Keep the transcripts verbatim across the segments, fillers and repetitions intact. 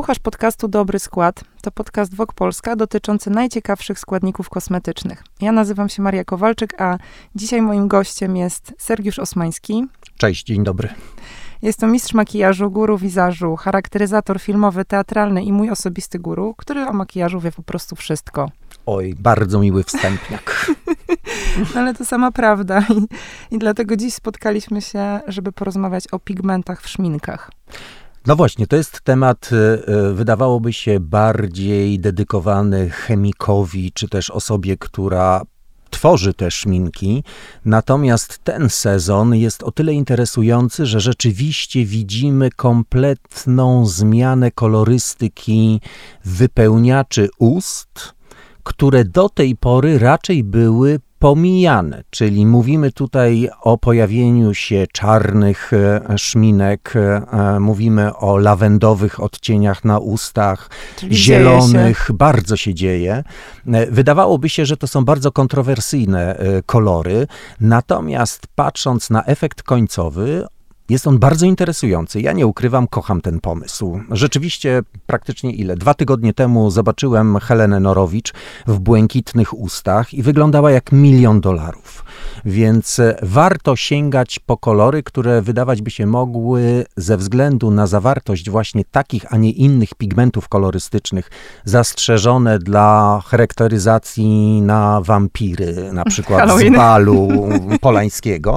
Słuchasz podcastu Dobry Skład. To podcast Vogue Polska dotyczący najciekawszych składników kosmetycznych. Ja nazywam się Maria Kowalczyk, a dzisiaj moim gościem jest Sergiusz Osmański. Cześć, dzień dobry. Jest to mistrz makijażu, guru wizażu, charakteryzator filmowy, teatralny i mój osobisty guru, który o makijażu wie po prostu wszystko. Oj, bardzo miły wstępniak. No ale to sama prawda. I, I dlatego dziś spotkaliśmy się, żeby porozmawiać o pigmentach w szminkach. No właśnie, to jest temat, wydawałoby się, bardziej dedykowany chemikowi, czy też osobie, która tworzy te szminki. Natomiast ten sezon jest o tyle interesujący, że rzeczywiście widzimy kompletną zmianę kolorystyki wypełniaczy ust, które do tej pory raczej były pomijane, czyli mówimy tutaj o pojawieniu się czarnych szminek, mówimy o lawendowych odcieniach na ustach, czyli zielonych, się. Bardzo się dzieje. Wydawałoby się, że to są bardzo kontrowersyjne kolory, natomiast patrząc na efekt końcowy, jest on bardzo interesujący. Ja nie ukrywam, kocham ten pomysł. Rzeczywiście praktycznie ile? Dwa tygodnie temu zobaczyłem Helenę Norowicz w błękitnych ustach i wyglądała jak milion dolarów. Więc warto sięgać po kolory, które wydawać by się mogły ze względu na zawartość właśnie takich, a nie innych pigmentów kolorystycznych zastrzeżone dla charakteryzacji na wampiry, na przykład Halloween. Z balu polańskiego,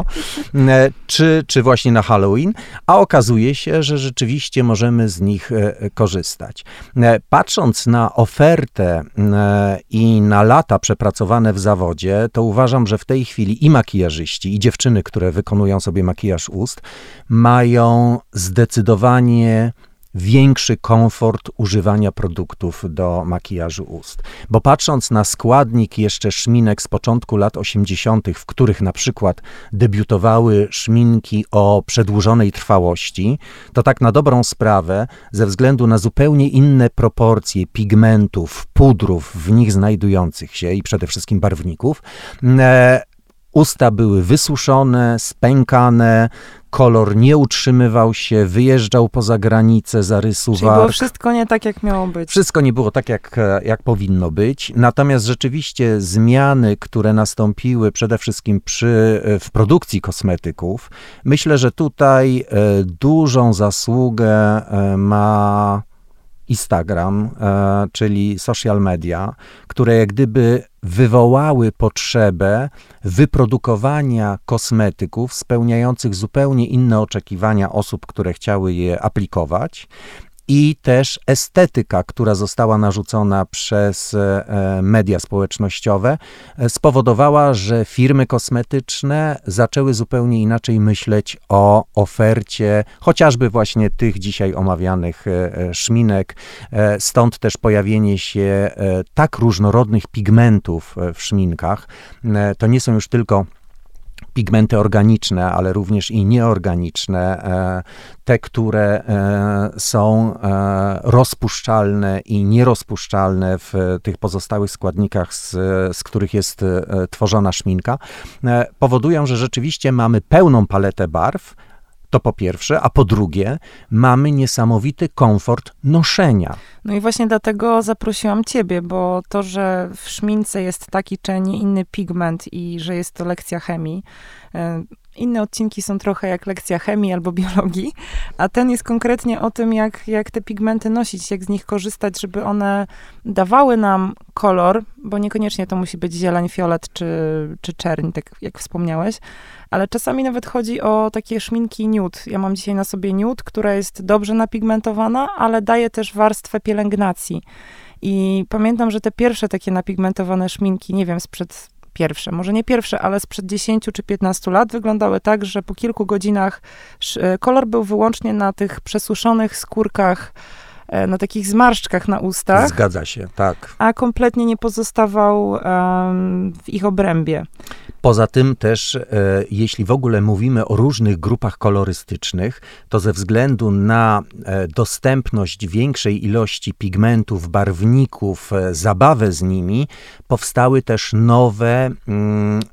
czy, czy właśnie na Halloween, a okazuje się, że rzeczywiście możemy z nich korzystać. Patrząc na ofertę i na lata przepracowane w zawodzie, to uważam, że w tej chwili i makijażyści, i dziewczyny, które wykonują sobie makijaż ust, mają zdecydowanie większy komfort używania produktów do makijażu ust. Bo patrząc na składnik jeszcze szminek z początku lat osiemdziesiątych, w których na przykład debiutowały szminki o przedłużonej trwałości, to tak na dobrą sprawę, ze względu na zupełnie inne proporcje pigmentów, pudrów w nich znajdujących się i przede wszystkim barwników, e, usta były wysuszone, spękane, kolor nie utrzymywał się, wyjeżdżał poza granicę zarysu warg. Czyli było wszystko nie tak, jak miało być. Wszystko nie było tak, jak, jak powinno być. Natomiast rzeczywiście zmiany, które nastąpiły przede wszystkim przy, w produkcji kosmetyków, myślę, że tutaj dużą zasługę ma Instagram, czyli social media, które jak gdyby wywołały potrzebę wyprodukowania kosmetyków spełniających zupełnie inne oczekiwania osób, które chciały je aplikować. I też estetyka, która została narzucona przez media społecznościowe, spowodowała, że firmy kosmetyczne zaczęły zupełnie inaczej myśleć o ofercie, chociażby właśnie tych dzisiaj omawianych szminek. Stąd też pojawienie się tak różnorodnych pigmentów w szminkach. To nie są już tylko pigmenty organiczne, ale również i nieorganiczne, te, które są rozpuszczalne i nierozpuszczalne w tych pozostałych składnikach, z, z których jest tworzona szminka, powodują, że rzeczywiście mamy pełną paletę barw, to po pierwsze, a po drugie mamy niesamowity komfort noszenia. No i właśnie dlatego zaprosiłam ciebie, bo to, że w szmince jest taki czy nie inny pigment i że jest to lekcja chemii, inne odcinki są trochę jak lekcja chemii albo biologii, a ten jest konkretnie o tym, jak, jak te pigmenty nosić, jak z nich korzystać, żeby one dawały nam kolor, bo niekoniecznie to musi być zieleń, fiolet czy, czy czerń, tak jak wspomniałeś, ale czasami nawet chodzi o takie szminki nude. Ja mam dzisiaj na sobie nude, która jest dobrze napigmentowana, ale daje też warstwę pielęgnacji. I pamiętam, że te pierwsze takie napigmentowane szminki, nie wiem, sprzed pierwsze, może nie pierwsze, ale sprzed dziesięciu czy piętnastu lat wyglądały tak, że po kilku godzinach kolor był wyłącznie na tych przesuszonych skórkach, na takich zmarszczkach na ustach. Zgadza się, tak. A kompletnie nie pozostawał um, w ich obrębie. Poza tym też, e, jeśli w ogóle mówimy o różnych grupach kolorystycznych, to ze względu na e, dostępność większej ilości pigmentów, barwników, e, zabawę z nimi, powstały też nowe, mm,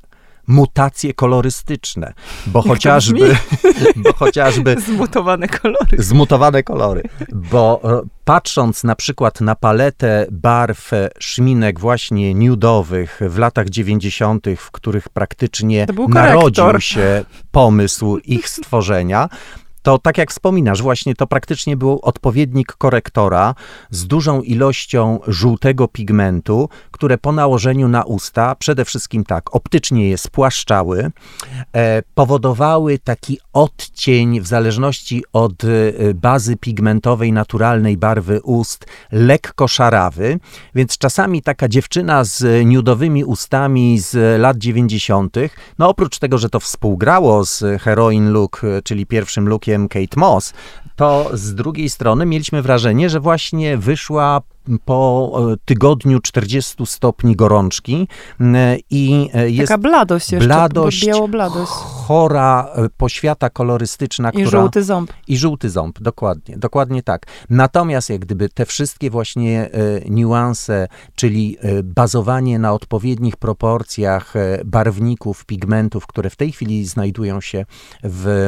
mutacje kolorystyczne, bo chociażby, bo chociażby zmutowane kolory. Zmutowane kolory, bo patrząc na przykład na paletę barw szminek właśnie nudowych w latach dziewięćdziesiątych, w których praktycznie narodził się pomysł ich stworzenia, to tak jak wspominasz, właśnie to praktycznie był odpowiednik korektora z dużą ilością żółtego pigmentu, które po nałożeniu na usta, przede wszystkim tak, optycznie je spłaszczały, e, powodowały taki odcień w zależności od e, bazy pigmentowej, naturalnej barwy ust, lekko szarawy, więc czasami taka dziewczyna z nudowymi ustami z lat dziewięćdziesiątych, no oprócz tego, że to współgrało z Heroin Look, czyli pierwszym lookiem Kate Moss, to z drugiej strony mieliśmy wrażenie, że właśnie wyszła po tygodniu czterdziestu stopni gorączki i jest taka bladość jeszcze, bladość, biało-bladość. Chora poświata kolorystyczna. I która, żółty ząb. I żółty ząb, dokładnie, dokładnie tak. Natomiast jak gdyby te wszystkie właśnie e, niuanse, czyli e, bazowanie na odpowiednich proporcjach e, barwników, pigmentów, które w tej chwili znajdują się w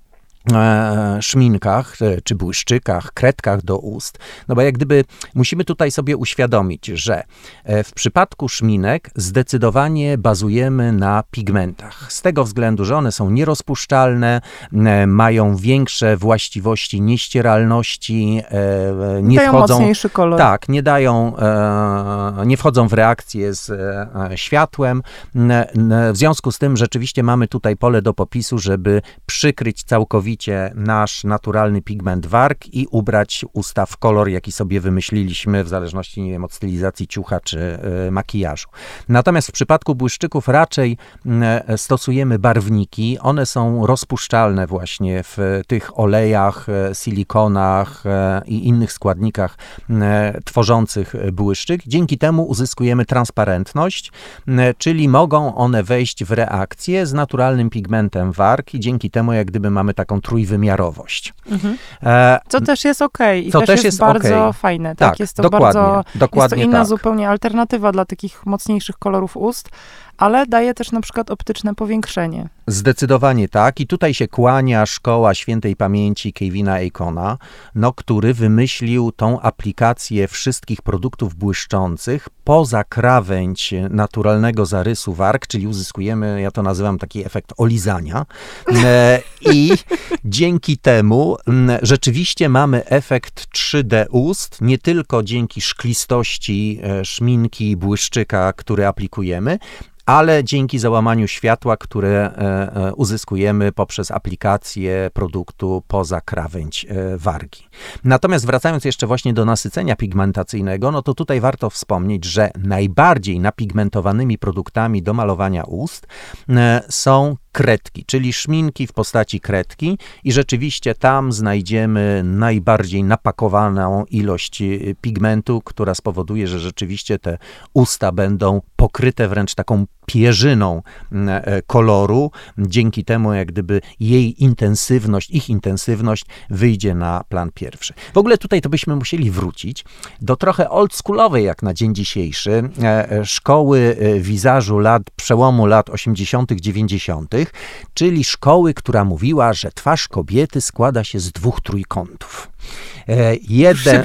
E, szminkach, czy błyszczykach, kredkach do ust. No bo jak gdyby musimy tutaj sobie uświadomić, że w przypadku szminek zdecydowanie bazujemy na pigmentach. Z tego względu, że one są nierozpuszczalne, e, mają większe właściwości nieścieralności, e, nie dają wchodzą... mocniejszy kolor. Tak, nie dają, e, nie wchodzą w reakcję z e, światłem. E, w związku z tym rzeczywiście mamy tutaj pole do popisu, żeby przykryć całkowicie nasz naturalny pigment warg i ubrać usta w kolor, jaki sobie wymyśliliśmy, w zależności, nie wiem, od stylizacji ciucha czy y, makijażu. Natomiast w przypadku błyszczyków raczej y, stosujemy barwniki. One są rozpuszczalne właśnie w tych olejach, y, silikonach y, i innych składnikach y, tworzących błyszczyk. Dzięki temu uzyskujemy transparentność, y, czyli mogą one wejść w reakcję z naturalnym pigmentem warg i dzięki temu jak gdyby mamy taką trójwymiarowość. Mhm. E, co też jest okej okay. i też, też jest, jest bardzo okay. fajne. Tak, tak jest to dokładnie, bardzo, dokładnie jest to inna tak. zupełnie alternatywa dla takich mocniejszych kolorów ust, ale daje też na przykład optyczne powiększenie. Zdecydowanie tak. I tutaj się kłania szkoła świętej pamięci Kevina Acona, no, który wymyślił tą aplikację wszystkich produktów błyszczących poza krawędź naturalnego zarysu warg, czyli uzyskujemy, ja to nazywam taki efekt olizania. I dzięki temu rzeczywiście mamy efekt trzy D ust, nie tylko dzięki szklistości szminki, błyszczyka, który aplikujemy, ale dzięki załamaniu światła, które e, uzyskujemy poprzez aplikację produktu poza krawędź e, wargi. Natomiast wracając jeszcze właśnie do nasycenia pigmentacyjnego, no to tutaj warto wspomnieć, że najbardziej napigmentowanymi produktami do malowania ust e, są kredki, czyli szminki w postaci kredki i rzeczywiście tam znajdziemy najbardziej napakowaną ilość pigmentu, która spowoduje, że rzeczywiście te usta będą pokryte wręcz taką pierzyną koloru. Dzięki temu jak gdyby jej intensywność, ich intensywność wyjdzie na plan pierwszy. W ogóle tutaj to byśmy musieli wrócić do trochę oldschoolowej jak na dzień dzisiejszy szkoły wizażu lat, przełomu lat osiemdziesiątych, dziewięćdziesiątych, czyli szkoły, która mówiła, że twarz kobiety składa się z dwóch trójkątów. Jeden,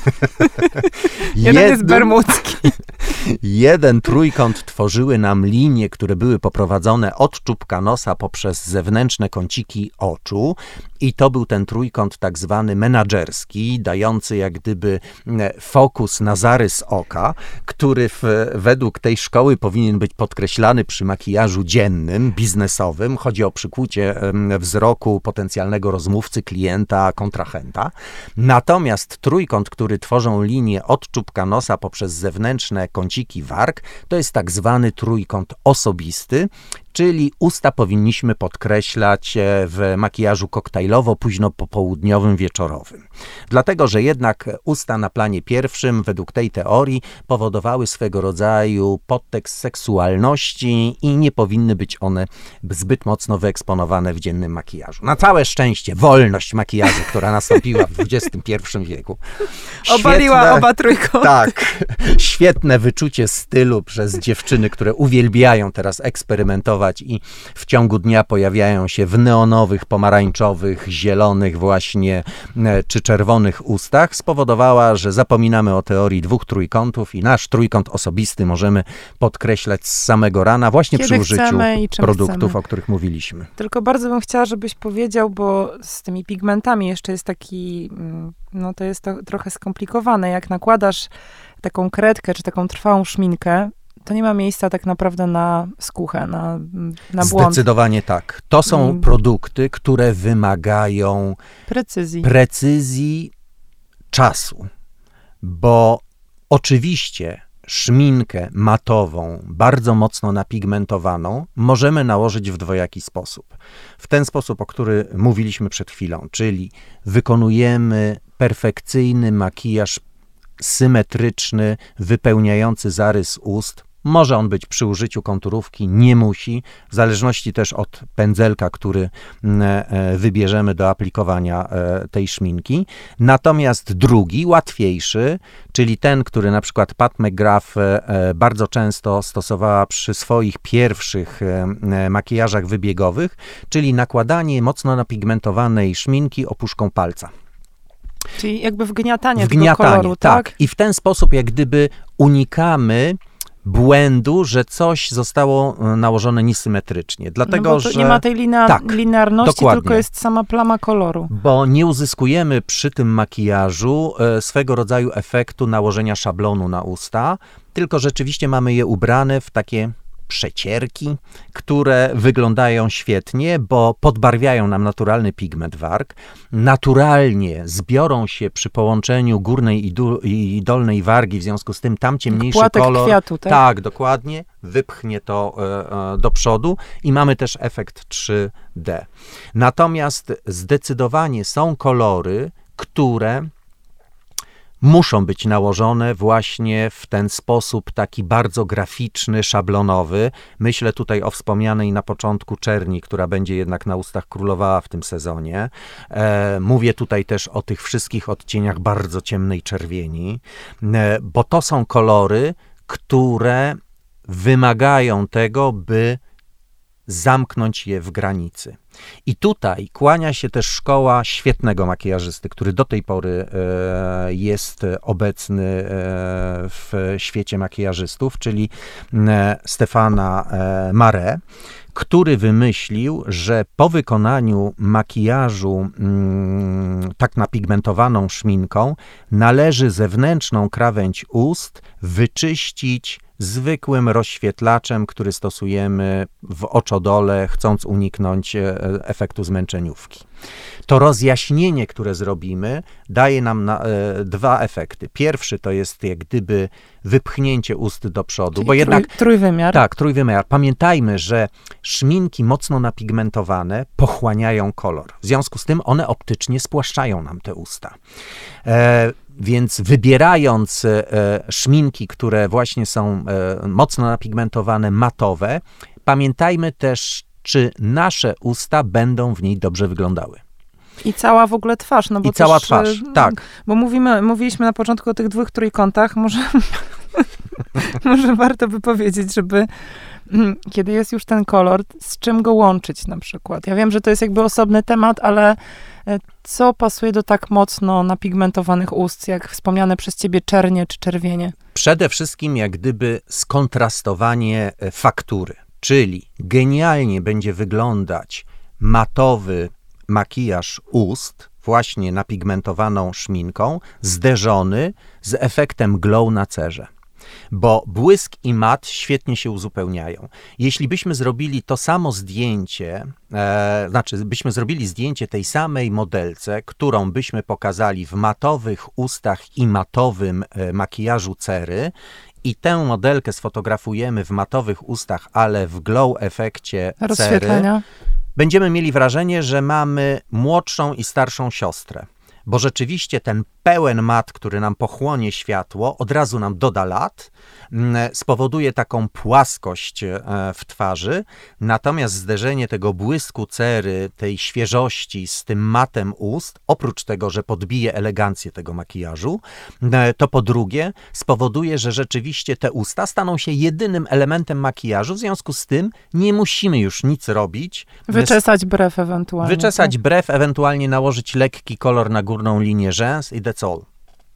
jeden jest bermudzki. Jeden trójkąt tworzyły nam linie, które były poprowadzone od czubka nosa poprzez zewnętrzne kąciki oczu i to był ten trójkąt tak zwany menadżerski, dający jak gdyby fokus na zarys oka, który w, według tej szkoły powinien być podkreślany przy makijażu dziennym, biznesowym. Chodzi o przykucie wzroku potencjalnego rozmówcy, klienta, kontrahenta. Natomiast trójkąt, który tworzą linię od czubka nosa poprzez zewnętrzne kąciki warg, to jest tak zwany trójkąt osobisty, czyli usta powinniśmy podkreślać w makijażu koktajlowo, późno popołudniowym, wieczorowym. Dlatego, że jednak usta na planie pierwszym, według tej teorii, powodowały swego rodzaju podtekst seksualności i nie powinny być one zbyt mocno wyeksponowane w dziennym makijażu. Na całe szczęście wolność makijażu, która nastąpiła w dwudziestym pierwszym wieku. Świetne, obaliła oba trójkąty. Tak, świetne wyczucie stylu przez dziewczyny, które uwielbiają teraz eksperymentować malować i w ciągu dnia pojawiają się w neonowych, pomarańczowych, zielonych właśnie czy czerwonych ustach, spowodowała, że zapominamy o teorii dwóch trójkątów i nasz trójkąt osobisty możemy podkreślać z samego rana właśnie Kiedy przy użyciu produktów, chcemy. o których mówiliśmy. Tylko bardzo bym chciała, żebyś powiedział, bo z tymi pigmentami jeszcze jest taki, no to jest to trochę skomplikowane. Jak nakładasz taką kredkę, czy taką trwałą szminkę, to nie ma miejsca tak naprawdę na skłuchę, na, na błąd. Zdecydowanie tak. To są hmm. produkty, które wymagają precyzji. precyzji czasu, bo oczywiście szminkę matową, bardzo mocno napigmentowaną, możemy nałożyć w dwojaki sposób. W ten sposób, o który mówiliśmy przed chwilą, czyli wykonujemy perfekcyjny makijaż symetryczny, wypełniający zarys ust. Może on być przy użyciu konturówki, nie musi, w zależności też od pędzelka, który wybierzemy do aplikowania tej szminki. Natomiast drugi, łatwiejszy, czyli ten, który na przykład Pat McGrath bardzo często stosowała przy swoich pierwszych makijażach wybiegowych, czyli nakładanie mocno napigmentowanej szminki opuszką palca. Czyli jakby wgniatanie, wgniatanie tego koloru, tak? tak? I w ten sposób jak gdyby unikamy błędu, że coś zostało nałożone niesymetrycznie. Dlatego, no bo to że nie ma tej linea- tak, linearności, dokładnie. tylko jest sama plama koloru. Bo nie uzyskujemy przy tym makijażu e, swego rodzaju efektu nałożenia szablonu na usta, tylko rzeczywiście mamy je ubrane w takie przecierki, które wyglądają świetnie, bo podbarwiają nam naturalny pigment warg, naturalnie zbiorą się przy połączeniu górnej i, du- i dolnej wargi, w związku z tym tam ciemniejszy Płatek kolor, kwiatu, tak? tak, dokładnie, wypchnie to e, e, do przodu i mamy też efekt trzy D. Natomiast zdecydowanie są kolory, które muszą być nałożone właśnie w ten sposób taki bardzo graficzny, szablonowy. Myślę tutaj o wspomnianej na początku czerni, która będzie jednak na ustach królowała w tym sezonie. E, mówię tutaj też o tych wszystkich odcieniach bardzo ciemnej czerwieni, e, bo to są kolory, które wymagają tego, by zamknąć je w granicy. I tutaj kłania się też szkoła świetnego makijażysty, który do tej pory e, jest obecny e, w świecie makijażystów, czyli e, Stefana e, Marais, który wymyślił, że po wykonaniu makijażu mm, tak napigmentowaną szminką należy zewnętrzną krawędź ust wyczyścić zwykłym rozświetlaczem, który stosujemy w oczodole, chcąc uniknąć efektu zmęczeniówki. To rozjaśnienie, które zrobimy, daje nam na, e, dwa efekty. Pierwszy to jest jak gdyby wypchnięcie ust do przodu, Czyli bo trój, jednak... Trójwymiar. Tak, trójwymiar. Pamiętajmy, że szminki mocno napigmentowane pochłaniają kolor. W związku z tym one optycznie spłaszczają nam te usta. E, Więc wybierając e, szminki, które właśnie są e, mocno napigmentowane, matowe, pamiętajmy też, czy nasze usta będą w niej dobrze wyglądały. I cała w ogóle twarz. No bo I cała też, twarz, tak. Bo mówimy, mówiliśmy na początku o tych dwóch trójkątach. Może, może warto by powiedzieć, żeby kiedy jest już ten kolor, z czym go łączyć na przykład. Ja wiem, że to jest jakby osobny temat, ale co pasuje do tak mocno napigmentowanych ust, jak wspomniane przez ciebie czernie czy czerwienie? Przede wszystkim jak gdyby skontrastowanie faktury, czyli genialnie będzie wyglądać matowy makijaż ust, właśnie napigmentowaną szminką, zderzony z efektem glow na cerze. Bo błysk i mat świetnie się uzupełniają. Jeśli byśmy zrobili to samo zdjęcie, e, znaczy byśmy zrobili zdjęcie tej samej modelce, którą byśmy pokazali w matowych ustach i matowym e, makijażu cery, i tę modelkę sfotografujemy w matowych ustach, ale w glow efekcie cery, będziemy mieli wrażenie, że mamy młodszą i starszą siostrę. bo rzeczywiście ten pełen mat, który nam pochłonie światło, od razu nam doda lat, spowoduje taką płaskość w twarzy, natomiast zderzenie tego błysku cery, tej świeżości z tym matem ust, oprócz tego, że podbije elegancję tego makijażu, to po drugie spowoduje, że rzeczywiście te usta staną się jedynym elementem makijażu, w związku z tym nie musimy już nic robić. Wyczesać brew ewentualnie. Wyczesać tak? brew, ewentualnie nałożyć lekki kolor na górną linię rzęs i that's all.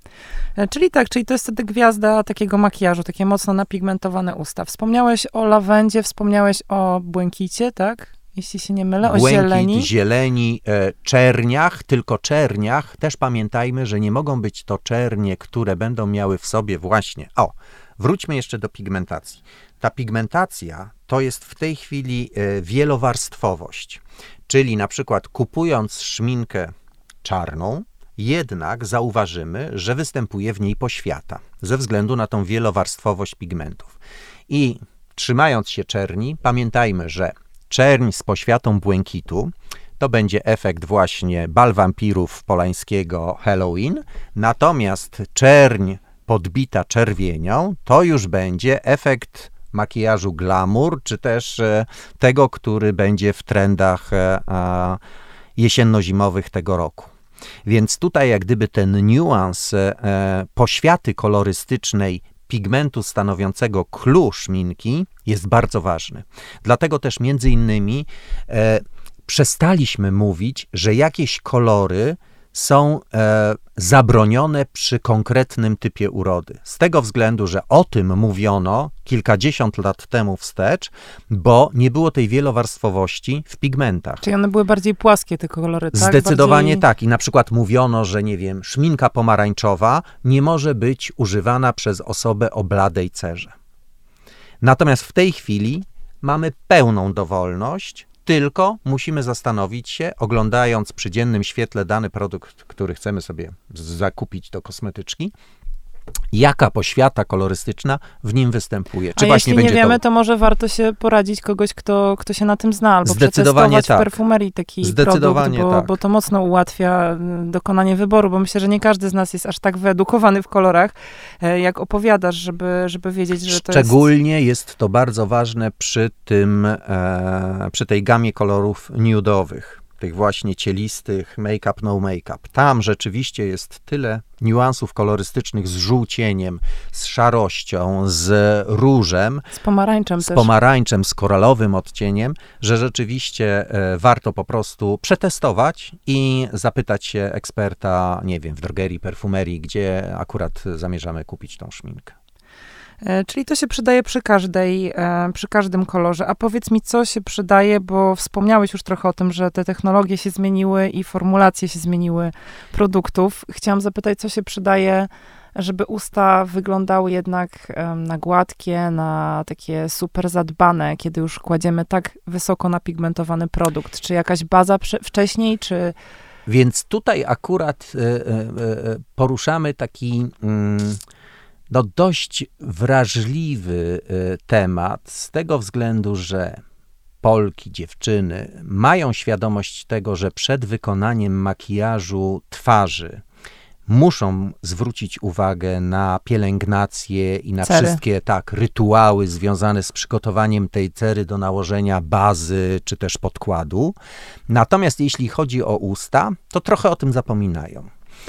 Czyli tak, czyli to jest wtedy gwiazda takiego makijażu, takie mocno napigmentowane usta. Wspomniałeś o lawendzie, wspomniałeś o błękicie, tak? Jeśli się nie mylę, o Błękit, zieleni. zieleni, e, czerniach, tylko czerniach. Też pamiętajmy, że nie mogą być to czernie, które będą miały w sobie właśnie... O, wróćmy jeszcze do pigmentacji. Ta pigmentacja to jest w tej chwili e, wielowarstwowość. Czyli na przykład kupując szminkę czarną, jednak zauważymy, że występuje w niej poświata, ze względu na tą wielowarstwowość pigmentów. I trzymając się czerni, pamiętajmy, że czerń z poświatą błękitu to będzie efekt właśnie Bal Wampirów Polańskiego Halloween, natomiast czerń podbita czerwienią to już będzie efekt makijażu glamour, czy też e, tego, który będzie w trendach e, e, jesienno-zimowych tego roku. Więc tutaj jak gdyby ten niuans e, poświaty kolorystycznej pigmentu stanowiącego clue szminki jest bardzo ważny. Dlatego też między innymi e, przestaliśmy mówić, że jakieś kolory są e, zabronione przy konkretnym typie urody. Z tego względu, że o tym mówiono kilkadziesiąt lat temu wstecz, bo nie było tej wielowarstwowości w pigmentach. Czyli one były bardziej płaskie, te kolory, tak? Zdecydowanie bardziej... tak. I na przykład mówiono, że nie wiem, szminka pomarańczowa nie może być używana przez osobę o bladej cerze. Natomiast w tej chwili mamy pełną dowolność, tylko musimy zastanowić się, oglądając przy dziennym świetle dany produkt, który chcemy sobie zakupić do kosmetyczki, jaka poświata kolorystyczna w nim występuje. Czy A właśnie jeśli będzie nie wiemy, to... to może warto się poradzić kogoś, kto, kto się na tym zna, albo przetestować tak. w perfumerii taki Zdecydowanie produkt, bo, tak. bo to mocno ułatwia dokonanie wyboru, bo myślę, że nie każdy z nas jest aż tak wyedukowany w kolorach, jak opowiadasz, żeby, żeby wiedzieć, że to Szczególnie jest... jest to bardzo ważne przy tym, e, przy tej gamie kolorów nudowych, tych właśnie cielistych, make-up, no make-up. Tam rzeczywiście jest tyle niuansów kolorystycznych z żółcieniem, z szarością, z różem, z pomarańczem z też. pomarańczem, z koralowym odcieniem, że rzeczywiście e, warto po prostu przetestować i zapytać się eksperta, nie wiem, w drogerii, perfumerii, gdzie akurat zamierzamy kupić tą szminkę. Czyli to się przydaje przy każdej, przy każdym kolorze. A powiedz mi, co się przydaje, bo wspomniałeś już trochę o tym, że te technologie się zmieniły i formulacje się zmieniły produktów. Chciałam zapytać, co się przydaje, żeby usta wyglądały jednak na gładkie, na takie super zadbane, kiedy już kładziemy tak wysoko napigmentowany produkt. Czy jakaś baza wcześniej, czy... Więc tutaj akurat y, y, y, poruszamy taki... Y, No dość wrażliwy y, temat z tego względu, że Polki, dziewczyny mają świadomość tego, że przed wykonaniem makijażu twarzy muszą zwrócić uwagę na pielęgnację i na cery. wszystkie tak rytuały związane z przygotowaniem tej cery do nałożenia bazy czy też podkładu. Natomiast jeśli chodzi o usta, to trochę o tym zapominają.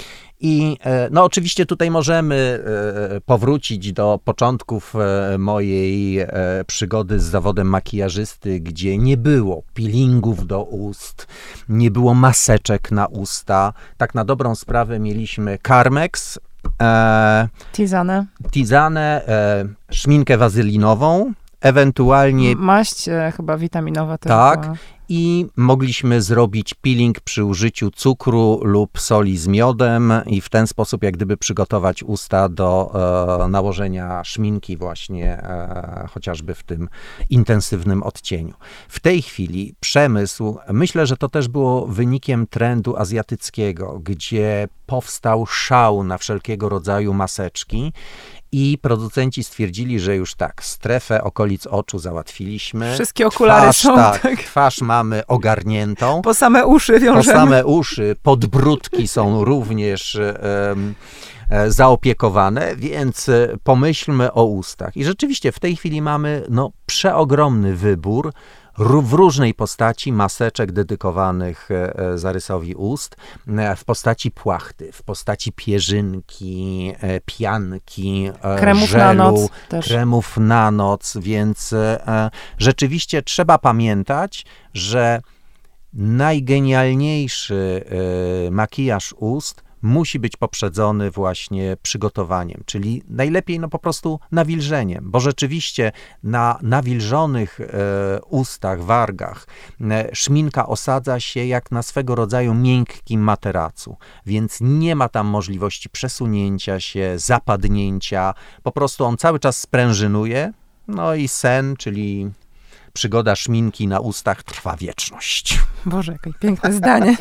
I no oczywiście tutaj możemy powrócić do początków mojej przygody z zawodem makijażysty, gdzie nie było peelingów do ust, nie było maseczek na usta. Tak na dobrą sprawę mieliśmy Carmex, e, Tizanę. Tizanę, e, szminkę wazylinową, ewentualnie... Maść e, chyba witaminowa też Tak. była. I mogliśmy zrobić peeling przy użyciu cukru lub soli z miodem i w ten sposób jak gdyby przygotować usta do e, nałożenia szminki właśnie e, chociażby w tym intensywnym odcieniu. W tej chwili przemysł, myślę, że to też było wynikiem trendu azjatyckiego, gdzie powstał szał na wszelkiego rodzaju maseczki I producenci stwierdzili, że już tak, strefę okolic oczu załatwiliśmy. Wszystkie okulary twarz, są. Tak, Tak. twarz mamy ogarniętą. Po same uszy wiążemy. Po same uszy, podbródki są również um, zaopiekowane, więc pomyślmy o ustach. I rzeczywiście w tej chwili mamy no, przeogromny wybór w różnej postaci maseczek dedykowanych zarysowi ust, w postaci płachty, w postaci pierzynki, pianki, kremów żelu, na noc też. kremów na noc, więc rzeczywiście trzeba pamiętać, że najgenialniejszy makijaż ust musi być poprzedzony właśnie przygotowaniem, czyli najlepiej no po prostu nawilżeniem, bo rzeczywiście na nawilżonych e, ustach, wargach e, szminka osadza się jak na swego rodzaju miękkim materacu, więc nie ma tam możliwości przesunięcia się, zapadnięcia, po prostu on cały czas sprężynuje, no i sen, czyli przygoda szminki na ustach trwa wieczność. Boże, jakie piękne zdanie.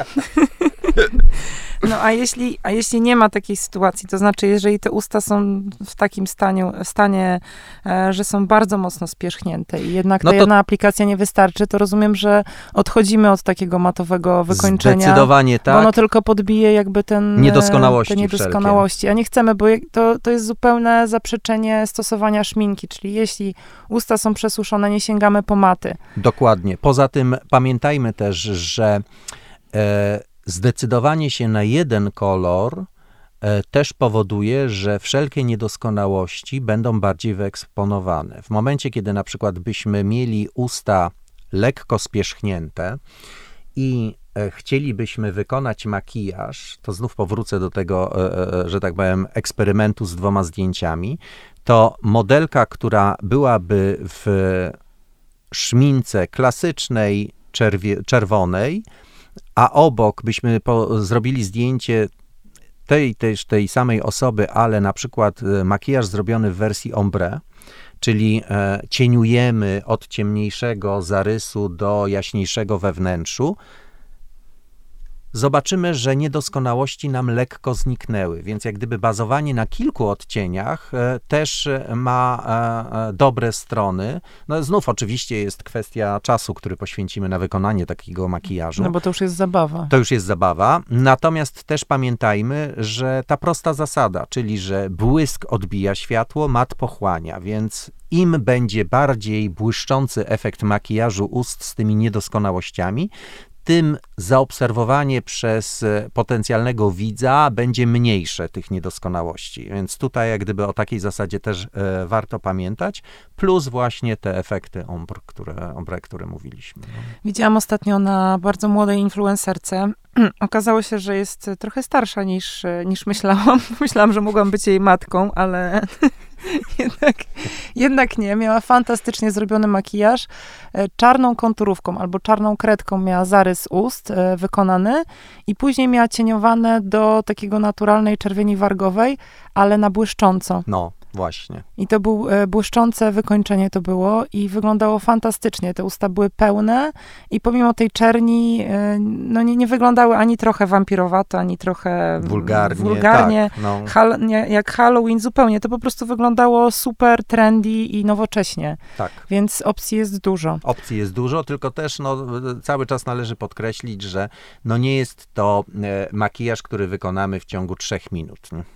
No a jeśli, a jeśli nie ma takiej sytuacji, to znaczy jeżeli te usta są w takim stanie, stanie e, że są bardzo mocno spierzchnięte i jednak ta no to jedna aplikacja nie wystarczy, to rozumiem, że odchodzimy od takiego matowego wykończenia. Zdecydowanie tak. Bo ono tylko podbije jakby ten, niedoskonałości te niedoskonałości. wszelkie. A nie chcemy, bo to, to jest zupełne zaprzeczenie stosowania szminki, czyli jeśli usta są przesuszone, nie sięgamy po maty. Dokładnie. Poza tym pamiętajmy też, że e, zdecydowanie się na jeden kolor e, też powoduje, że wszelkie niedoskonałości będą bardziej wyeksponowane. W momencie, kiedy na przykład byśmy mieli usta lekko spierzchnięte i e, chcielibyśmy wykonać makijaż, to znów powrócę do tego, e, e, że tak powiem, eksperymentu z dwoma zdjęciami, to modelka, która byłaby w szmince klasycznej, czerwie, czerwonej, a obok byśmy po, zrobili zdjęcie tej, tej, tej samej osoby, ale na przykład makijaż zrobiony w wersji ombre, czyli e, cieniujemy od ciemniejszego zarysu do jaśniejszego we wnętrzu, zobaczymy, że niedoskonałości nam lekko zniknęły, więc jak gdyby bazowanie na kilku odcieniach e, też ma e, e, dobre strony. No znów oczywiście jest kwestia czasu, który poświęcimy na wykonanie takiego makijażu. No bo to już jest zabawa. To już jest zabawa, natomiast też pamiętajmy, że ta prosta zasada, czyli że błysk odbija światło, mat pochłania, więc im będzie bardziej błyszczący efekt makijażu ust z tymi niedoskonałościami, tym zaobserwowanie przez potencjalnego widza będzie mniejsze tych niedoskonałości. Więc tutaj jak gdyby o takiej zasadzie też e, warto pamiętać, plus właśnie te efekty ombre, które, ombre, które mówiliśmy. No. Widziałam ostatnio na bardzo młodej influencerce. Okazało się, że jest trochę starsza niż, niż myślałam. Myślałam, że mogłam być jej matką, ale jednak, jednak nie. Miała fantastycznie zrobiony makijaż. Czarną konturówką albo czarną kredką miała zarys ust wykonany i później miała cieniowane do takiego naturalnej czerwieni wargowej, ale na błyszcząco. No. Właśnie. I to był e, błyszczące wykończenie to było i wyglądało fantastycznie. Te usta były pełne i pomimo tej czerni e, no nie, nie wyglądały ani trochę wampirowato, ani trochę wulgarnie. wulgarnie Tak, no. Hal, nie, jak Halloween zupełnie. To po prostu wyglądało super trendy i nowocześnie. Tak. Więc opcji jest dużo. Opcji jest dużo, tylko też no, cały czas należy podkreślić, że no nie jest to e, makijaż, który wykonamy w ciągu trzech minut. Nie?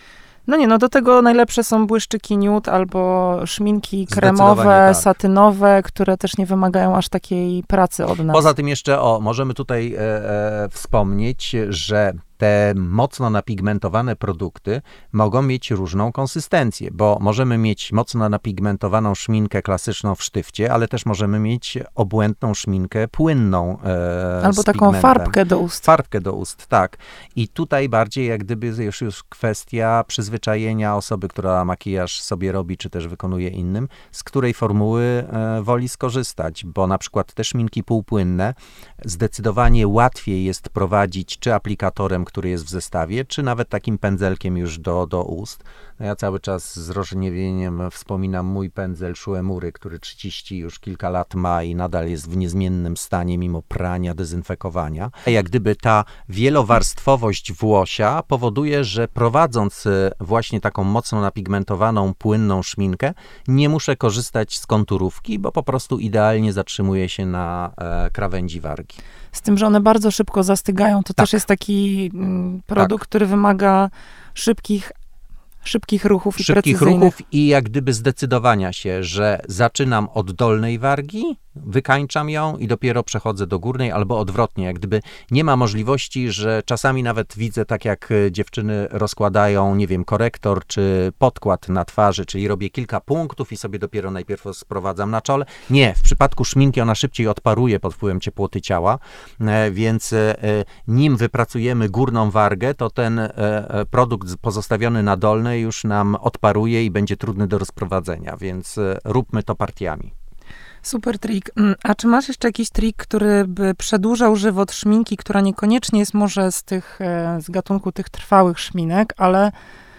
No nie, no do tego najlepsze są błyszczyki nude albo szminki kremowe, tak. satynowe, które też nie wymagają aż takiej pracy od nas. Poza tym jeszcze, o, możemy tutaj e, e, wspomnieć, że te mocno napigmentowane produkty mogą mieć różną konsystencję, bo możemy mieć mocno napigmentowaną szminkę klasyczną w sztywcie, ale też możemy mieć obłędną szminkę płynną e, albo z taką pigmentem. farbkę do ust. Farbkę do ust, tak. I tutaj bardziej jak gdyby już, już kwestia przyzwyczajenia osoby, która makijaż sobie robi, czy też wykonuje innym, z której formuły e, woli skorzystać, bo na przykład te szminki półpłynne zdecydowanie łatwiej jest prowadzić czy aplikatorem, który jest w zestawie, czy nawet takim pędzelkiem już do, do ust. Ja cały czas z rozrzewnieniem wspominam mój pędzel Szuemury, który trzydzieści już kilka lat ma i nadal jest w niezmiennym stanie mimo prania, dezynfekowania. Jak gdyby ta wielowarstwowość włosia powoduje, że prowadząc właśnie taką mocno napigmentowaną, płynną szminkę, nie muszę korzystać z konturówki, bo po prostu idealnie zatrzymuje się na e, krawędzi wargi. Z tym, że one bardzo szybko zastygają, to tak. też jest taki mm, produkt, tak. który wymaga szybkich Szybkich ruchów i Szybkich ruchów i jak gdyby zdecydowania się, że zaczynam od dolnej wargi, wykańczam ją i dopiero przechodzę do górnej, albo odwrotnie. Jak gdyby nie ma możliwości, że czasami nawet widzę, tak jak dziewczyny rozkładają, nie wiem, korektor czy podkład na twarzy, czyli robię kilka punktów i sobie dopiero najpierw sprowadzam na czole. Nie, w przypadku szminki ona szybciej odparuje pod wpływem ciepłoty ciała, więc nim wypracujemy górną wargę, to ten produkt pozostawiony na dolnej już nam odparuje i będzie trudny do rozprowadzenia, więc róbmy to partiami. Super trik. A czy masz jeszcze jakiś trik, który by przedłużał żywot szminki, która niekoniecznie jest może z tych, z gatunku tych trwałych szminek, ale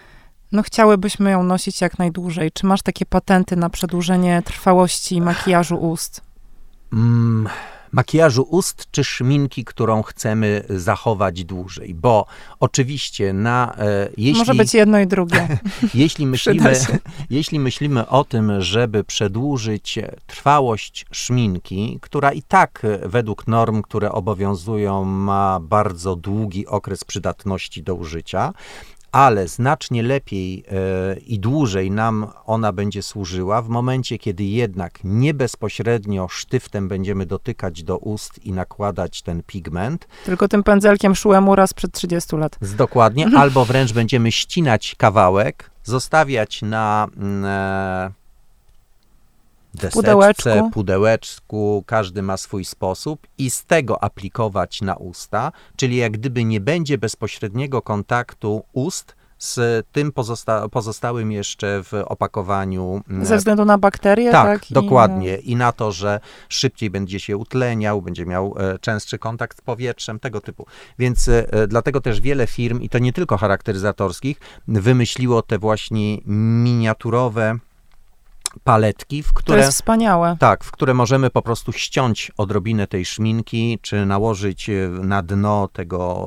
no chciałybyśmy ją nosić jak najdłużej. Czy masz takie patenty na przedłużenie trwałości makijażu ust? Mm. Makijażu ust czy szminki, którą chcemy zachować dłużej, bo oczywiście na... E, jeśli, Może być jedno i drugie. jeśli, myślimy, jeśli myślimy o tym, żeby przedłużyć trwałość szminki, która i tak według norm, które obowiązują, ma bardzo długi okres przydatności do użycia, ale znacznie lepiej e, i dłużej nam ona będzie służyła w momencie, kiedy jednak nie bezpośrednio sztywtem będziemy dotykać do ust i nakładać ten pigment. Tylko tym pędzelkiem Szuemura sprzed trzydziestu lat. Z dokładnie, albo wręcz będziemy ścinać kawałek, zostawiać na e, deseczce, pudełeczku. pudełeczku, każdy ma swój sposób i z tego aplikować na usta, czyli jak gdyby nie będzie bezpośredniego kontaktu ust z tym pozosta- pozostałym jeszcze w opakowaniu. Ze względu na bakterie, tak? Tak, dokładnie. I, I na to, że szybciej będzie się utleniał, będzie miał e, częstszy kontakt z powietrzem, tego typu. Więc e, dlatego też wiele firm, i to nie tylko charakteryzatorskich, wymyśliło te właśnie miniaturowe paletki, w które... To jest wspaniałe. Tak, w które możemy po prostu ściąć odrobinę tej szminki, czy nałożyć na dno tego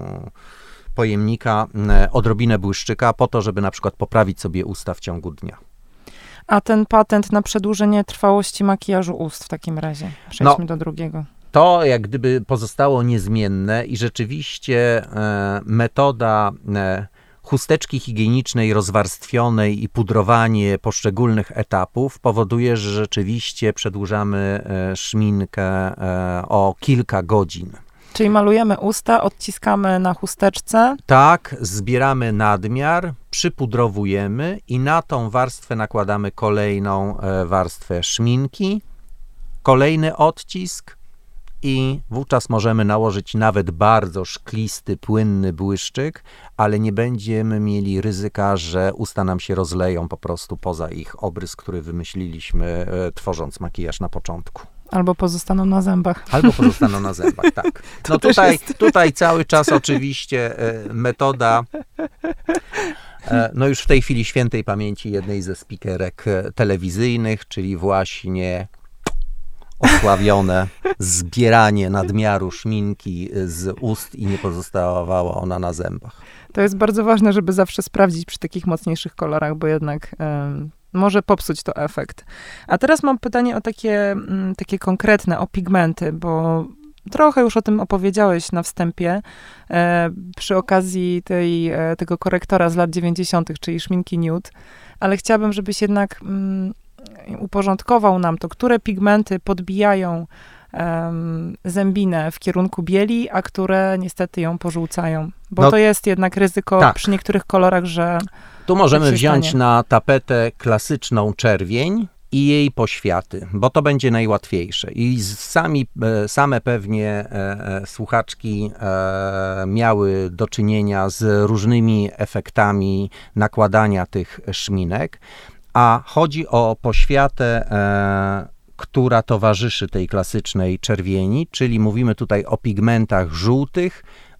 pojemnika odrobinę błyszczyka, po to, żeby na przykład poprawić sobie usta w ciągu dnia. A ten patent na przedłużenie trwałości makijażu ust w takim razie? Przejdźmy no, do drugiego. To jak gdyby pozostało niezmienne i rzeczywiście e, metoda e, chusteczki higienicznej rozwarstwionej i pudrowanie poszczególnych etapów powoduje, że rzeczywiście przedłużamy e, szminkę e, o kilka godzin. Czyli malujemy usta, odciskamy na chusteczce. Tak, zbieramy nadmiar, przypudrowujemy i na tą warstwę nakładamy kolejną e, warstwę szminki, kolejny odcisk i wówczas możemy nałożyć nawet bardzo szklisty, płynny błyszczyk, ale nie będziemy mieli ryzyka, że usta nam się rozleją po prostu poza ich obrys, który wymyśliliśmy, e, tworząc makijaż na początku. Albo pozostaną na zębach. Albo pozostaną na zębach, tak. No tutaj, tutaj cały czas oczywiście e, metoda, e, no już w tej chwili świętej pamięci jednej ze speakerek telewizyjnych, czyli właśnie osławione zbieranie nadmiaru szminki z ust i nie pozostawała ona na zębach. To jest bardzo ważne, żeby zawsze sprawdzić przy takich mocniejszych kolorach, bo jednak um, może popsuć to efekt. A teraz mam pytanie o takie, um, takie konkretne, o pigmenty, bo trochę już o tym opowiedziałeś na wstępie e, przy okazji tej, e, tego korektora z lat dziewięćdziesiątych, czyli szminki Nude, ale chciałabym, żebyś jednak um, uporządkował nam to, które pigmenty podbijają um, zębinę w kierunku bieli, a które niestety ją pożółcają. Bo no, to jest jednak ryzyko tak. przy niektórych kolorach, że tu możemy tak wziąć stanie. na tapetę klasyczną czerwień i jej poświaty, bo to będzie najłatwiejsze. I sami, same pewnie e, słuchaczki e, miały do czynienia z różnymi efektami nakładania tych szminek, a chodzi o poświatę, e, która towarzyszy tej klasycznej czerwieni, czyli mówimy tutaj o pigmentach żółtych,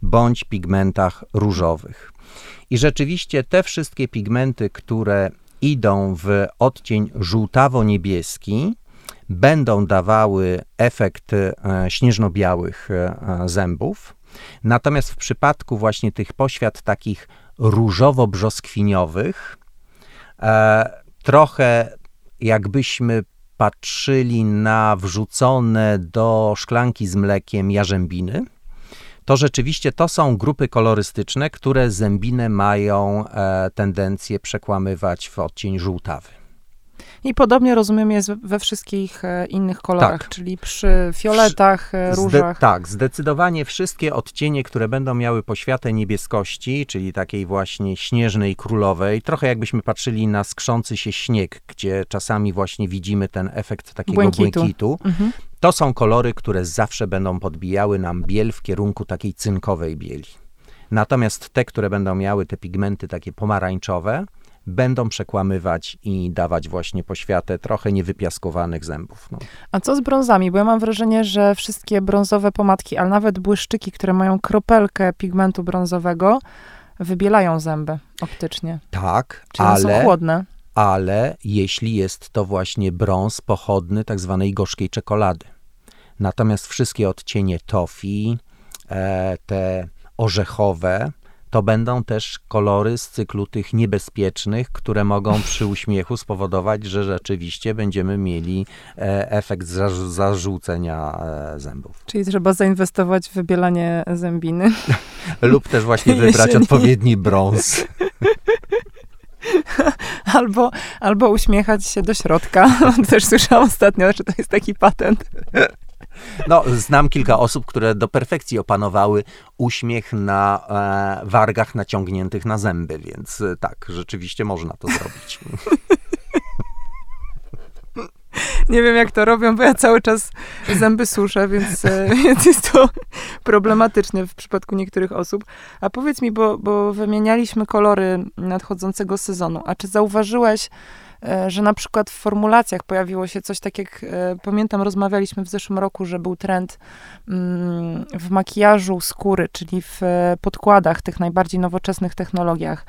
bądź pigmentach różowych. I rzeczywiście te wszystkie pigmenty, które idą w odcień żółtawo-niebieski, będą dawały efekt e, śnieżno-białych e, zębów. Natomiast w przypadku właśnie tych poświat takich różowo-brzoskwiniowych, e, trochę jakbyśmy patrzyli na wrzucone do szklanki z mlekiem jarzębiny, to rzeczywiście to są grupy kolorystyczne, które zębinę mają e, tendencję przekłamywać w odcień żółtawy. I podobnie rozumiem jest we wszystkich e, innych kolorach, tak. czyli przy fioletach, e, różach. Zde- tak, zdecydowanie wszystkie odcienie, które będą miały poświatę niebieskości, czyli takiej właśnie śnieżnej, królowej, trochę jakbyśmy patrzyli na skrzący się śnieg, gdzie czasami właśnie widzimy ten efekt takiego Błękitu. błękitu. Mhm. To są kolory, które zawsze będą podbijały nam biel w kierunku takiej cynkowej bieli. Natomiast te, które będą miały te pigmenty takie pomarańczowe, będą przekłamywać i dawać właśnie poświatę trochę niewypiaskowanych zębów. No. A co z brązami? Bo ja mam wrażenie, że wszystkie brązowe pomadki, ale nawet błyszczyki, które mają kropelkę pigmentu brązowego, wybielają zęby optycznie. Tak, Czyli one ale... są chłodne. ale jeśli jest to właśnie brąz pochodny tak zwanej gorzkiej czekolady. Natomiast wszystkie odcienie toffee, e, te orzechowe, to będą też kolory z cyklu tych niebezpiecznych, które mogą przy uśmiechu spowodować, że rzeczywiście będziemy mieli e, efekt zaż- zażółcenia e, zębów. Czyli trzeba zainwestować w wybielanie zębiny. Lub też właśnie wybrać Jeżeli... odpowiedni brąz. Albo, albo uśmiechać się do środka. Też słyszałam ostatnio, że to jest taki patent. No, znam kilka osób, które do perfekcji opanowały uśmiech na e, wargach naciągniętych na zęby, więc e, tak, rzeczywiście można to zrobić. Nie wiem, jak to robią, bo ja cały czas zęby suszę, więc, więc jest to problematyczne w przypadku niektórych osób. A powiedz mi, bo, bo wymienialiśmy kolory nadchodzącego sezonu, a czy zauważyłeś, że na przykład w formulacjach pojawiło się coś tak jak, pamiętam, rozmawialiśmy w zeszłym roku, że był trend w makijażu skóry, czyli w podkładach, tych najbardziej nowoczesnych technologiach.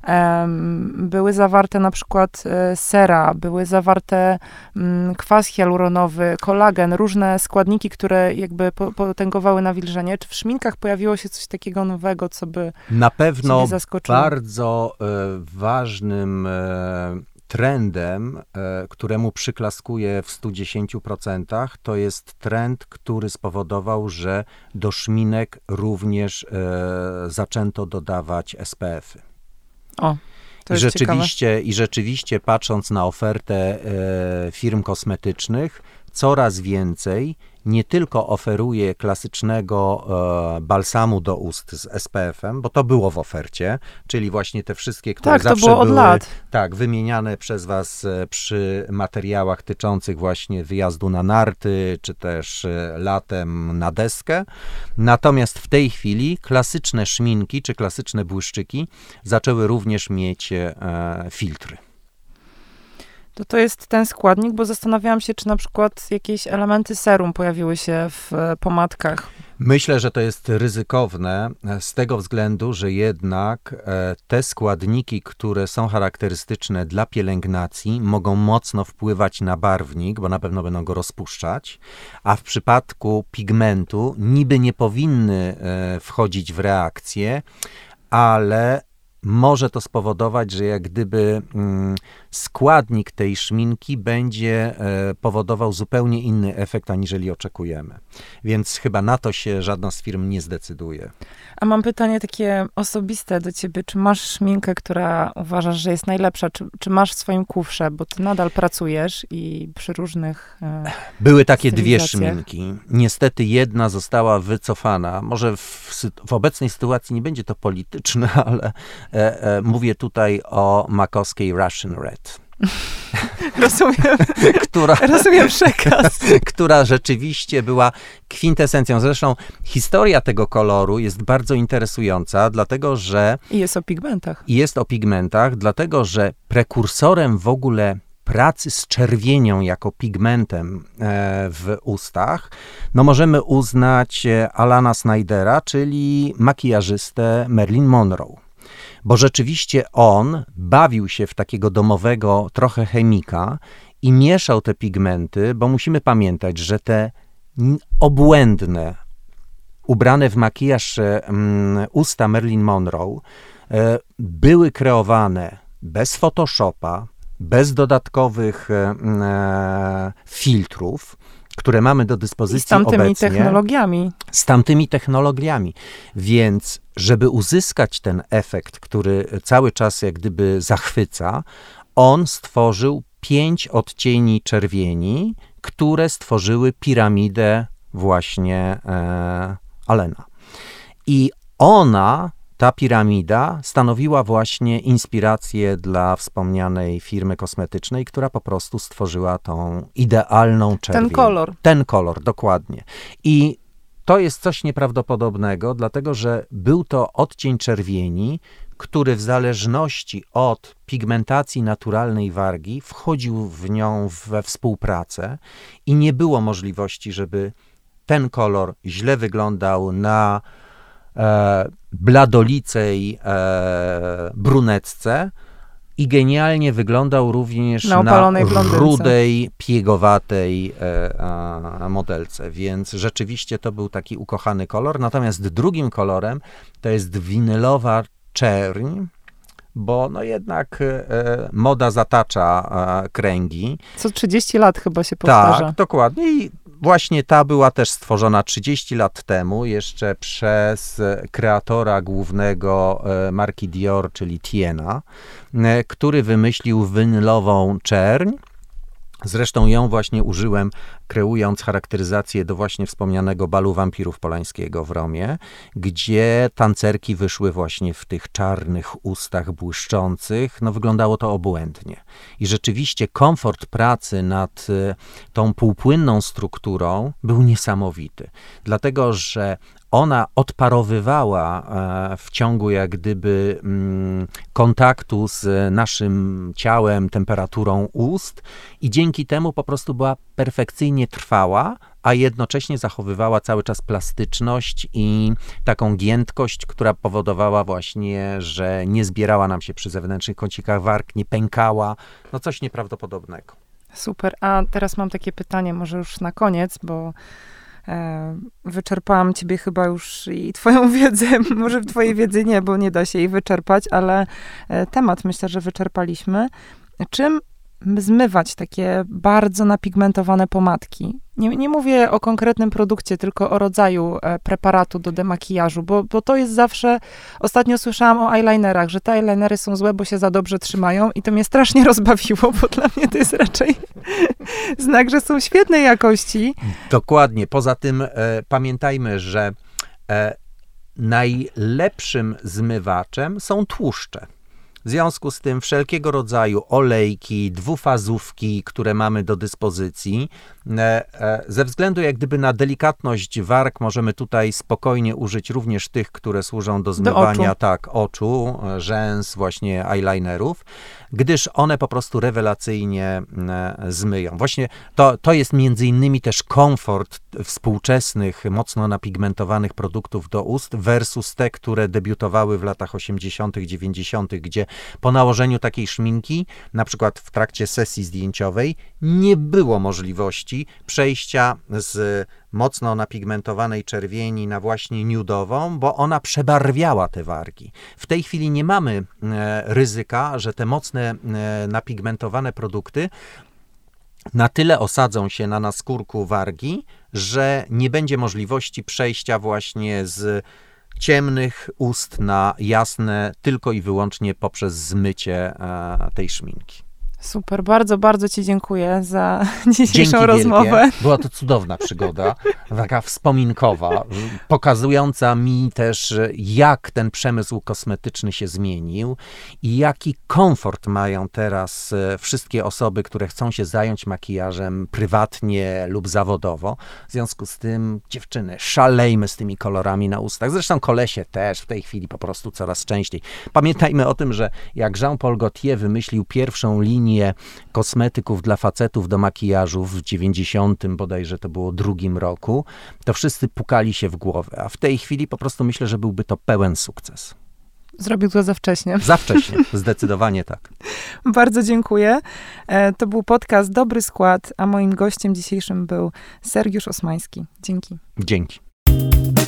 Były zawarte na przykład sera, były zawarte kwas hialuronowy, kolagen, różne składniki, które jakby potęgowały nawilżenie. Czy w szminkach pojawiło się coś takiego nowego, co by Na pewno ciebie zaskoczyło? Bardzo e, ważnym e, trendem, e, któremu przyklaskuję w stu dziesięciu procentach, to jest trend, który spowodował, że do szminek również e, zaczęto dodawać S P F-y. O, to I jest rzeczywiście, ciekawe. I rzeczywiście patrząc na ofertę e, firm kosmetycznych, coraz więcej nie tylko oferuje klasycznego e, balsamu do ust z S P F-em, bo to było w ofercie, czyli właśnie te wszystkie, które tak, to zawsze było od były lat. Tak, wymieniane przez was e, przy materiałach tyczących właśnie wyjazdu na narty, czy też e, latem na deskę. Natomiast w tej chwili klasyczne szminki, czy klasyczne błyszczyki zaczęły również mieć e, filtry. To to jest ten składnik, bo zastanawiałam się, czy na przykład jakieś elementy serum pojawiły się w pomadkach. Myślę, że to jest ryzykowne z tego względu, że jednak te składniki, które są charakterystyczne dla pielęgnacji, mogą mocno wpływać na barwnik, bo na pewno będą go rozpuszczać, a w przypadku pigmentu niby nie powinny wchodzić w reakcję, ale może to spowodować, że jak gdyby mm, składnik tej szminki będzie e, powodował zupełnie inny efekt, aniżeli oczekujemy. Więc chyba na to się żadna z firm nie zdecyduje. A mam pytanie takie osobiste do ciebie. Czy masz szminkę, która uważasz, że jest najlepsza? Czy, czy masz w swoim kufrze? Bo ty nadal pracujesz i przy różnych e, Były takie dwie szminki. Niestety jedna została wycofana. Może w, w obecnej sytuacji nie będzie to polityczne, ale e, e, mówię tutaj o makowskiej Russian Red. Rozumiem, która, rozumiem przekaz. która rzeczywiście była kwintesencją. Zresztą historia tego koloru jest bardzo interesująca, dlatego że... I jest o pigmentach. I jest o pigmentach, dlatego że prekursorem w ogóle pracy z czerwienią jako pigmentem w ustach, no możemy uznać Alana Snydera, czyli makijażystę Marilyn Monroe. Bo rzeczywiście on bawił się w takiego domowego trochę chemika i mieszał te pigmenty, bo musimy pamiętać, że te obłędne, ubrane w makijaż um, usta Marilyn Monroe e, były kreowane bez Photoshopa, bez dodatkowych e, filtrów, które mamy do dyspozycji I z tamtymi obecnie. technologiami. Z tamtymi technologiami. Więc, żeby uzyskać ten efekt, który cały czas jak gdyby zachwyca, on stworzył pięć odcieni czerwieni, które stworzyły piramidę właśnie e, Alana. I ona, ta piramida, stanowiła właśnie inspirację dla wspomnianej firmy kosmetycznej, która po prostu stworzyła tą idealną czerwień. Ten kolor. Ten kolor, dokładnie. I to jest coś nieprawdopodobnego, dlatego że był to odcień czerwieni, który w zależności od pigmentacji naturalnej wargi wchodził w nią we współpracę i nie było możliwości, żeby ten kolor źle wyglądał na e, bladolicej e, brunetce i genialnie wyglądał również na, na blondynce. rudej, piegowatej e, a, modelce, więc rzeczywiście to był taki ukochany kolor. Natomiast drugim kolorem to jest winylowa czerń, bo no jednak e, moda zatacza e, kręgi. Co trzydzieści lat chyba się powtarza. Tak, dokładnie. I właśnie ta była też stworzona trzydzieści lat temu, jeszcze przez kreatora głównego e, marki Dior, czyli Tiena, e, który wymyślił winylową czerń. Zresztą ją właśnie użyłem, kreując charakteryzację do właśnie wspomnianego balu wampirów Polańskiego w Romie, gdzie tancerki wyszły właśnie w tych czarnych ustach błyszczących. No wyglądało to obłędnie. I rzeczywiście komfort pracy nad tą półpłynną strukturą był niesamowity. Dlatego, że ona odparowywała w ciągu jak gdyby kontaktu z naszym ciałem, temperaturą ust i dzięki temu po prostu była perfekcyjnie trwała, a jednocześnie zachowywała cały czas plastyczność i taką giętkość, która powodowała właśnie, że nie zbierała nam się przy zewnętrznych kącikach warg, nie pękała, no coś nieprawdopodobnego. Super, a teraz mam takie pytanie, może już na koniec, bo e, wyczerpałam ciebie chyba już i twoją wiedzę, może w twojej wiedzy nie, bo nie da się jej wyczerpać, ale e, temat myślę, że wyczerpaliśmy. Czym zmywać takie bardzo napigmentowane pomadki? Nie, nie mówię o konkretnym produkcie, tylko o rodzaju e, preparatu do demakijażu, bo, bo to jest zawsze, ostatnio słyszałam o eyelinerach, że te eyelinery są złe, bo się za dobrze trzymają i to mnie strasznie rozbawiło, bo dla mnie to jest raczej znak, że są świetnej jakości. Dokładnie. Poza tym e, pamiętajmy, że e, najlepszym zmywaczem są tłuszcze. W związku z tym wszelkiego rodzaju olejki, dwufazówki, które mamy do dyspozycji, ze względu jak gdyby na delikatność warg możemy tutaj spokojnie użyć również tych, które służą do zmywania do oczu. tak oczu, rzęs, właśnie eyelinerów, gdyż one po prostu rewelacyjnie zmyją. Właśnie to, to jest między innymi też komfort współczesnych, mocno napigmentowanych produktów do ust versus te, które debiutowały w latach osiemdziesiątych, dziewięćdziesiątych, gdzie po nałożeniu takiej szminki, na przykład w trakcie sesji zdjęciowej, nie było możliwości przejścia z mocno napigmentowanej czerwieni na właśnie nudową, bo ona przebarwiała te wargi. W tej chwili nie mamy e, ryzyka, że te mocne e, napigmentowane produkty na tyle osadzą się na naskórku wargi, że nie będzie możliwości przejścia właśnie z ciemnych ust na jasne tylko i wyłącznie poprzez zmycie e, tej szminki. Super, bardzo, bardzo ci dziękuję za dzisiejszą Dzięki rozmowę. Wielkie. Była to cudowna przygoda, taka wspominkowa, pokazująca mi też, jak ten przemysł kosmetyczny się zmienił i jaki komfort mają teraz wszystkie osoby, które chcą się zająć makijażem prywatnie lub zawodowo. W związku z tym, dziewczyny, szalejmy z tymi kolorami na ustach. Zresztą kolesie też w tej chwili po prostu coraz częściej. Pamiętajmy o tym, że jak Jean-Paul Gaultier wymyślił pierwszą linię linię kosmetyków dla facetów do makijażu w dziewięćdziesiątym bodajże to było drugim roku, to wszyscy pukali się w głowę, a w tej chwili po prostu myślę, że byłby to pełen sukces. Zrobił to za wcześnie. Za wcześnie, zdecydowanie tak. Bardzo dziękuję. To był podcast Dobry Skład, a moim gościem dzisiejszym był Sergiusz Osmański. Dzięki. Dzięki.